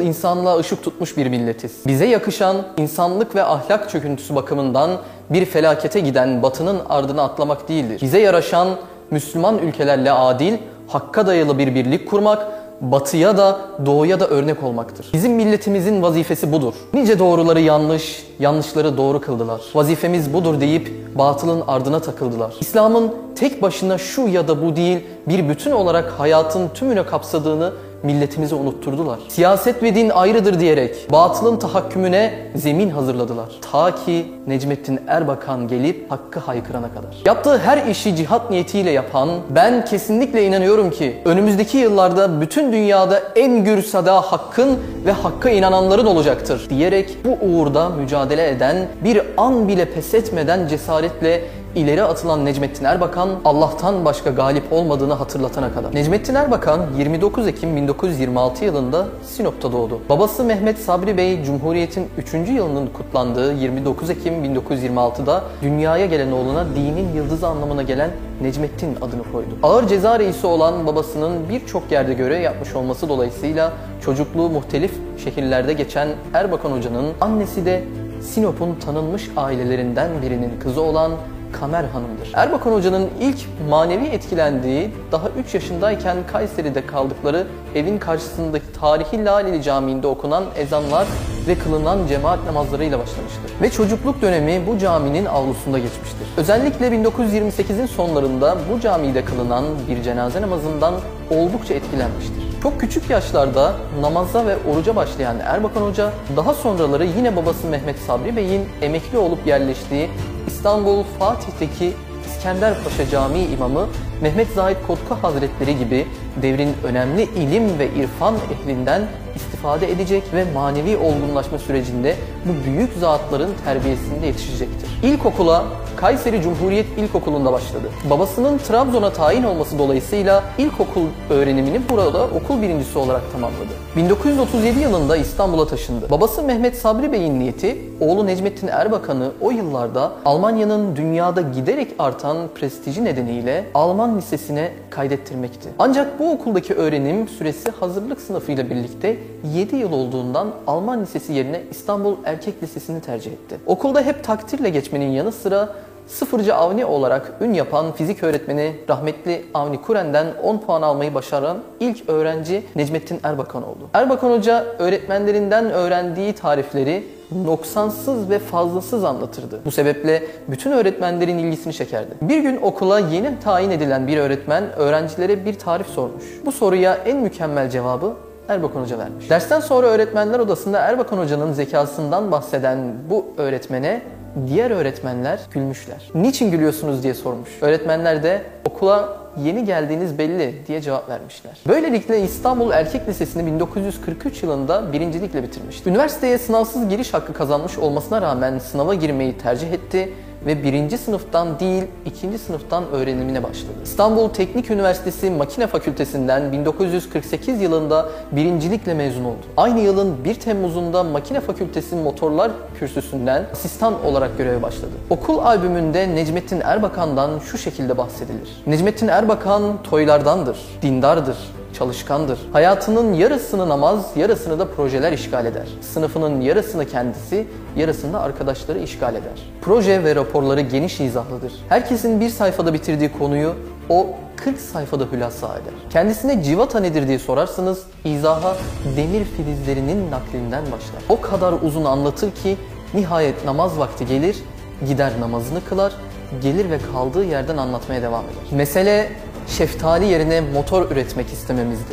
insanlığa ışık tutmuş bir milletiz. Bize yakışan insanlık ve ahlak çöküntüsü bakımından bir felakete giden Batı'nın ardına atlamak değildir. Bize yaraşan Müslüman ülkelerle adil, hakka dayalı bir birlik kurmak, Batı'ya da Doğu'ya da örnek olmaktır. Bizim milletimizin vazifesi budur. Nice doğruları yanlış, yanlışları doğru kıldılar. Vazifemiz budur deyip batılın ardına takıldılar. İslam'ın tek başına şu ya da bu değil, bir bütün olarak hayatın tümüne kapsadığını milletimize unutturdular. Siyaset ve din ayrıdır diyerek batılın tahakkümüne zemin hazırladılar. Ta ki Necmettin Erbakan gelip hakkı haykırana kadar. Yaptığı her işi cihat niyetiyle yapan, ben kesinlikle inanıyorum ki önümüzdeki yıllarda bütün dünyada en gür sada hakkın ve hakka inananların olacaktır diyerek bu uğurda mücadele eden, bir an bile pes etmeden cesaretle ileri atılan Necmettin Erbakan, Allah'tan başka galip olmadığını hatırlatana kadar. Necmettin Erbakan 29 Ekim 1926 yılında Sinop'ta doğdu. Babası Mehmet Sabri Bey, Cumhuriyet'in 3. yılının kutlandığı 29 Ekim 1926'da dünyaya gelen oğluna dinin yıldızı anlamına gelen Necmettin adını koydu. Ağır ceza reisi olan babasının birçok yerde görev yapmış olması dolayısıyla çocukluğu muhtelif şehirlerde geçen Erbakan Hoca'nın annesi de Sinop'un tanınmış ailelerinden birinin kızı olan Kamer Hanım'dır. Erbakan Hoca'nın ilk manevi etkilendiği daha 3 yaşındayken Kayseri'de kaldıkları evin karşısındaki tarihi Laleli Camii'nde okunan ezanlar ve kılınan cemaat namazlarıyla başlamıştır. Ve çocukluk dönemi bu caminin avlusunda geçmiştir. Özellikle 1928'in sonlarında bu camide kılınan bir cenaze namazından oldukça etkilenmiştir. Çok küçük yaşlarda namaza ve oruca başlayan Erbakan Hoca, daha sonraları yine babası Mehmet Sabri Bey'in emekli olup yerleştiği İstanbul Fatih'teki İskenderpaşa Camii imamı Mehmet Zahid Kotka Hazretleri gibi devrin önemli ilim ve irfan ehlinden istifade edecek ve manevi olgunlaşma sürecinde bu büyük zatların terbiyesinde yetişecektir. İlkokula Kayseri Cumhuriyet İlkokulu'nda başladı. Babasının Trabzon'a tayin olması dolayısıyla ilkokul öğrenimini burada okul birincisi olarak tamamladı. 1937 yılında İstanbul'a taşındı. Babası Mehmet Sabri Bey'in niyeti, oğlu Necmettin Erbakan'ı o yıllarda Almanya'nın dünyada giderek artan prestiji nedeniyle Alman lisesine kaydettirmekti. Ancak bu okuldaki öğrenim süresi hazırlık sınıfıyla birlikte 7 yıl olduğundan Alman lisesi yerine İstanbul Erkek Lisesi'ni tercih etti. Okulda hep takdirle geçmenin yanı sıra sıfırcı Avni olarak ün yapan fizik öğretmeni rahmetli Avni Kuren'den 10 puan almayı başaran ilk öğrenci Necmettin Erbakan oldu. Erbakan Hoca öğretmenlerinden öğrendiği tarifleri noksansız ve fazlasız anlatırdı. Bu sebeple bütün öğretmenlerin ilgisini çekerdi. Bir gün okula yeni tayin edilen bir öğretmen öğrencilere bir tarif sormuş. Bu soruya en mükemmel cevabı Erbakan Hoca vermiş. Dersten sonra öğretmenler odasında Erbakan Hoca'nın zekasından bahseden bu öğretmene diğer öğretmenler gülmüşler. Niçin gülüyorsunuz diye sormuş. Öğretmenler de okula yeni geldiğiniz belli diye cevap vermişler. Böylelikle İstanbul Erkek Lisesi'ni 1943 yılında birincilikle bitirmişti. Üniversiteye sınavsız giriş hakkı kazanmış olmasına rağmen sınava girmeyi tercih etti ve 1. sınıftan değil 2. sınıftan öğrenimine başladı. İstanbul Teknik Üniversitesi Makine Fakültesinden 1948 yılında birincilikle mezun oldu. Aynı yılın 1 Temmuz'unda Makine Fakültesi Motorlar Kürsüsü'nden asistan olarak göreve başladı. Okul albümünde Necmettin Erbakan'dan şu şekilde bahsedilir. Necmettin Erbakan toylardandır, dindardır, çalışkandır. Hayatının yarısını namaz, yarısını da projeler işgal eder. Sınıfının yarısını kendisi, yarısını da arkadaşları işgal eder. Proje ve raporları geniş izahlıdır. Herkesin bir sayfada bitirdiği konuyu o 40 sayfada hülasa eder. Kendisine civata nedir diye sorarsanız izaha demir filizlerinin naklinden başlar. O kadar uzun anlatır ki nihayet namaz vakti gelir, gider namazını kılar, gelir ve kaldığı yerden anlatmaya devam eder. Mesele şeftali yerine motor üretmek istememizdi.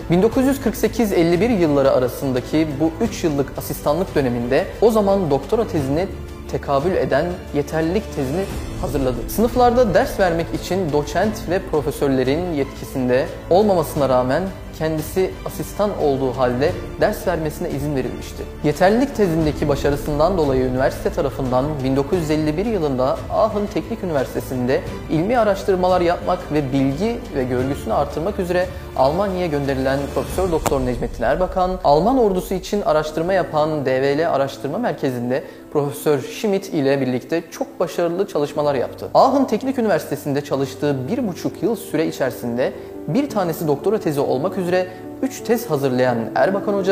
1948-51 yılları arasındaki bu 3 yıllık asistanlık döneminde o zaman doktora tezini tekabül eden yeterlilik tezini hazırladı. Sınıflarda ders vermek için doçent ve profesörlerin yetkisinde olmamasına rağmen kendisi asistan olduğu halde ders vermesine izin verilmişti. Yeterlilik tezindeki başarısından dolayı üniversite tarafından 1951 yılında Aachen Teknik Üniversitesi'nde ilmi araştırmalar yapmak ve bilgi ve görgüsünü artırmak üzere Almanya'ya gönderilen Profesör Doktor Necmettin Erbakan, Alman ordusu için araştırma yapan DVL Araştırma Merkezi'nde Profesör Schmidt ile birlikte çok başarılı çalışmalar yaptı. Aachen Teknik Üniversitesi'nde çalıştığı 1,5 yıl süre içerisinde bir tanesi doktora tezi olmak üzere 3 tez hazırlayan Erbakan Hoca,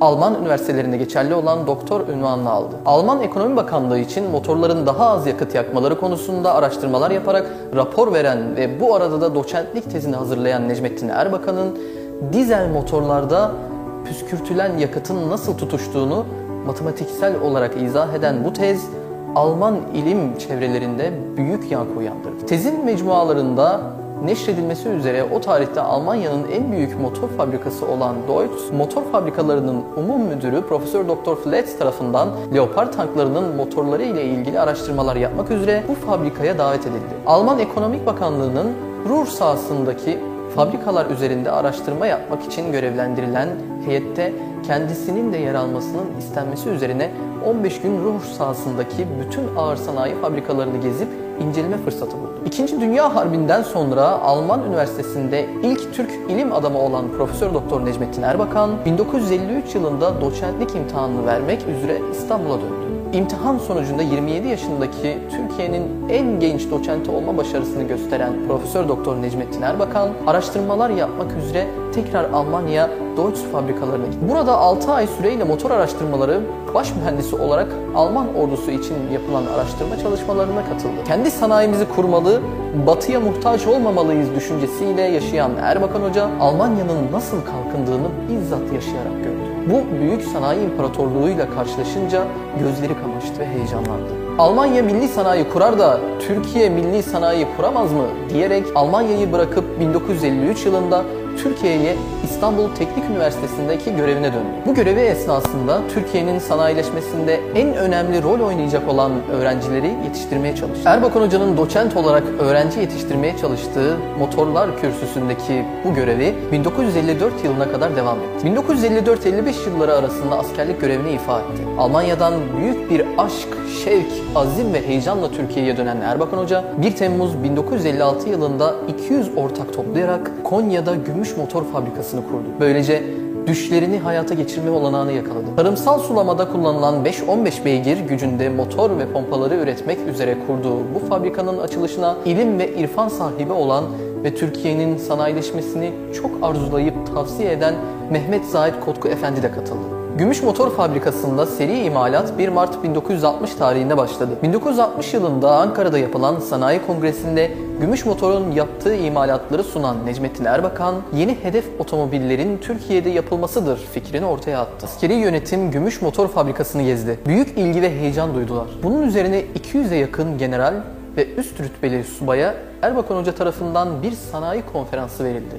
Alman üniversitelerinde geçerli olan doktor unvanını aldı. Alman Ekonomi Bakanlığı için motorların daha az yakıt yakmaları konusunda araştırmalar yaparak rapor veren ve bu arada da doçentlik tezini hazırlayan Necmettin Erbakan'ın dizel motorlarda püskürtülen yakıtın nasıl tutuştuğunu matematiksel olarak izah eden bu tez Alman ilim çevrelerinde büyük yankı uyandırdı. Tezin mecmualarında neşredilmesi üzere o tarihte Almanya'nın en büyük motor fabrikası olan Deutz Motor Fabrikalarının umum müdürü Profesör Dr. Fletz tarafından Leopard tanklarının motorları ile ilgili araştırmalar yapmak üzere bu fabrikaya davet edildi. Alman Ekonomik Bakanlığı'nın Ruhr sahasındaki fabrikalar üzerinde araştırma yapmak için görevlendirilen heyette kendisinin de yer almasının istenmesi üzerine 15 gün Ruhr sahasındaki bütün ağır sanayi fabrikalarını gezip inceleme fırsatı buldu. İkinci Dünya Harbi'nden sonra Alman Üniversitesi'nde ilk Türk ilim adamı olan Profesör Doktor Necmettin Erbakan 1953 yılında doçentlik imtihanını vermek üzere İstanbul'a döndü. İmtihan sonucunda 27 yaşındaki Türkiye'nin en genç doçenti olma başarısını gösteren Profesör Doktor Necmettin Erbakan araştırmalar yapmak üzere tekrar Almanya Deutz fabrikalarına gitti. Burada 6 ay süreyle motor araştırmaları baş mühendisi olarak Alman ordusu için yapılan araştırma çalışmalarına katıldı. Kendi sanayimizi kurmalı, batıya muhtaç olmamalıyız düşüncesiyle yaşayan Erbakan Hoca, Almanya'nın nasıl kalkındığını bizzat yaşayarak gördü. Bu büyük sanayi imparatorluğuyla karşılaşınca gözleri kamaştı ve heyecanlandı. Almanya milli sanayi kurar da Türkiye milli sanayi kuramaz mı diyerek Almanya'yı bırakıp 1953 yılında Türkiye'ye İstanbul Teknik Üniversitesi'ndeki görevine döndü. Bu görevi esnasında Türkiye'nin sanayileşmesinde en önemli rol oynayacak olan öğrencileri yetiştirmeye çalıştı. Erbakan Hoca'nın doçent olarak öğrenci yetiştirmeye çalıştığı motorlar kürsüsündeki bu görevi 1954 yılına kadar devam etti. 1954-55 yılları arasında askerlik görevini ifa etti. Almanya'dan büyük bir aşk, şevk, azim ve heyecanla Türkiye'ye dönen Erbakan Hoca 1 Temmuz 1956 yılında 200 ortak toplayarak Konya'da gümüş motor fabrikasını kurdu. Böylece düşlerini hayata geçirme olanağını yakaladı. Tarımsal sulamada kullanılan 5-15 beygir gücünde motor ve pompaları üretmek üzere kurduğu bu fabrikanın açılışına ilim ve irfan sahibi olan ve Türkiye'nin sanayileşmesini çok arzulayıp tavsiye eden Mehmet Zahid Kotku Efendi de katıldı. Gümüş Motor Fabrikası'nda seri imalat 1 Mart 1960 tarihinde başladı. 1960 yılında Ankara'da yapılan sanayi kongresinde Gümüş Motor'un yaptığı imalatları sunan Necmettin Erbakan, yeni hedef otomobillerin Türkiye'de yapılmasıdır fikrini ortaya attı. Askeri yönetim Gümüş Motor Fabrikası'nı gezdi. Büyük ilgi ve heyecan duydular. Bunun üzerine 200'e yakın general ve üst rütbeli subaya Erbakan Hoca tarafından bir sanayi konferansı verildi.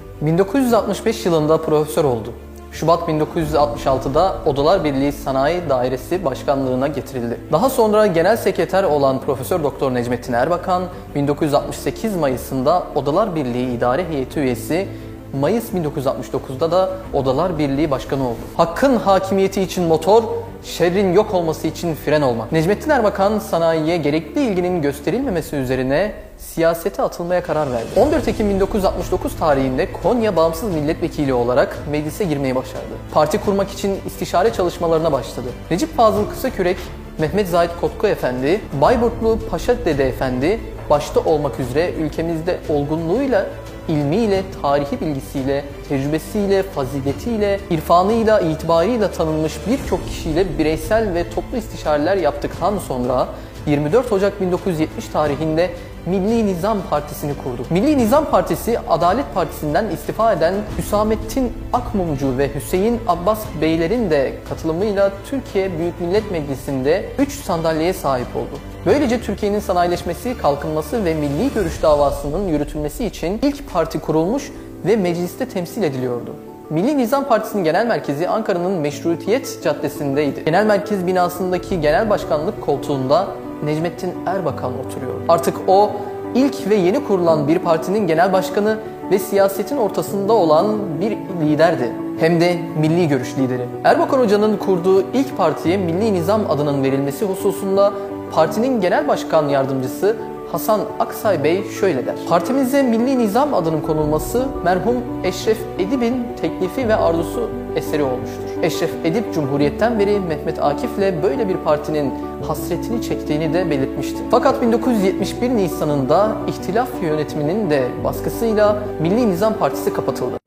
1965 yılında profesör oldu. Şubat 1966'da Odalar Birliği Sanayi Dairesi Başkanlığına getirildi. Daha sonra genel sekreter olan Profesör Doktor Necmettin Erbakan 1968 Mayıs'ında Odalar Birliği İdare Heyeti üyesi, Mayıs 1969'da da Odalar Birliği Başkanı oldu. Hakkın hakimiyeti için motor, şerrin yok olması için fren olmak. Necmettin Erbakan sanayiye gerekli ilginin gösterilmemesi üzerine siyasete atılmaya karar verdi. 14 Ekim 1969 tarihinde Konya Bağımsız Milletvekili olarak meclise girmeyi başardı. Parti kurmak için istişare çalışmalarına başladı. Necip Fazıl Kısakürek, Mehmet Zahid Kotku Efendi, Bayburtlu Paşa Dede Efendi başta olmak üzere ülkemizde olgunluğuyla, ilmiyle, tarihi bilgisiyle, tecrübesiyle, faziletiyle, irfanıyla, itibarıyla tanınmış birçok kişiyle bireysel ve toplu istişareler yaptıktan sonra 24 Ocak 1970 tarihinde Milli Nizam Partisi'ni kurdu. Milli Nizam Partisi, Adalet Partisi'nden istifa eden Hüsamettin Akmumcu ve Hüseyin Abbas Beylerin de katılımıyla Türkiye Büyük Millet Meclisi'nde 3 sandalyeye sahip oldu. Böylece Türkiye'nin sanayileşmesi, kalkınması ve milli görüş davasının yürütülmesi için ilk parti kurulmuş ve mecliste temsil ediliyordu. Milli Nizam Partisi'nin genel merkezi Ankara'nın Meşrutiyet Caddesi'ndeydi. Genel merkez binasındaki genel başkanlık koltuğunda Necmettin Erbakan oturuyor. Artık o ilk ve yeni kurulan bir partinin genel başkanı ve siyasetin ortasında olan bir liderdi. Hem de milli görüş lideri. Erbakan Hoca'nın kurduğu ilk partiye Milli Nizam adının verilmesi hususunda partinin genel başkan yardımcısı Hasan Aksay Bey şöyle der. Partimize Milli Nizam adının konulması merhum Eşref Edip'in teklifi ve arzusu eseri olmuştur. Eşref Edip Cumhuriyet'ten beri Mehmet Akif'le böyle bir partinin hasretini çektiğini de belirtmişti. Fakat 1971 Nisan'ında İhtilaf yönetiminin de baskısıyla Milli Nizam Partisi kapatıldı.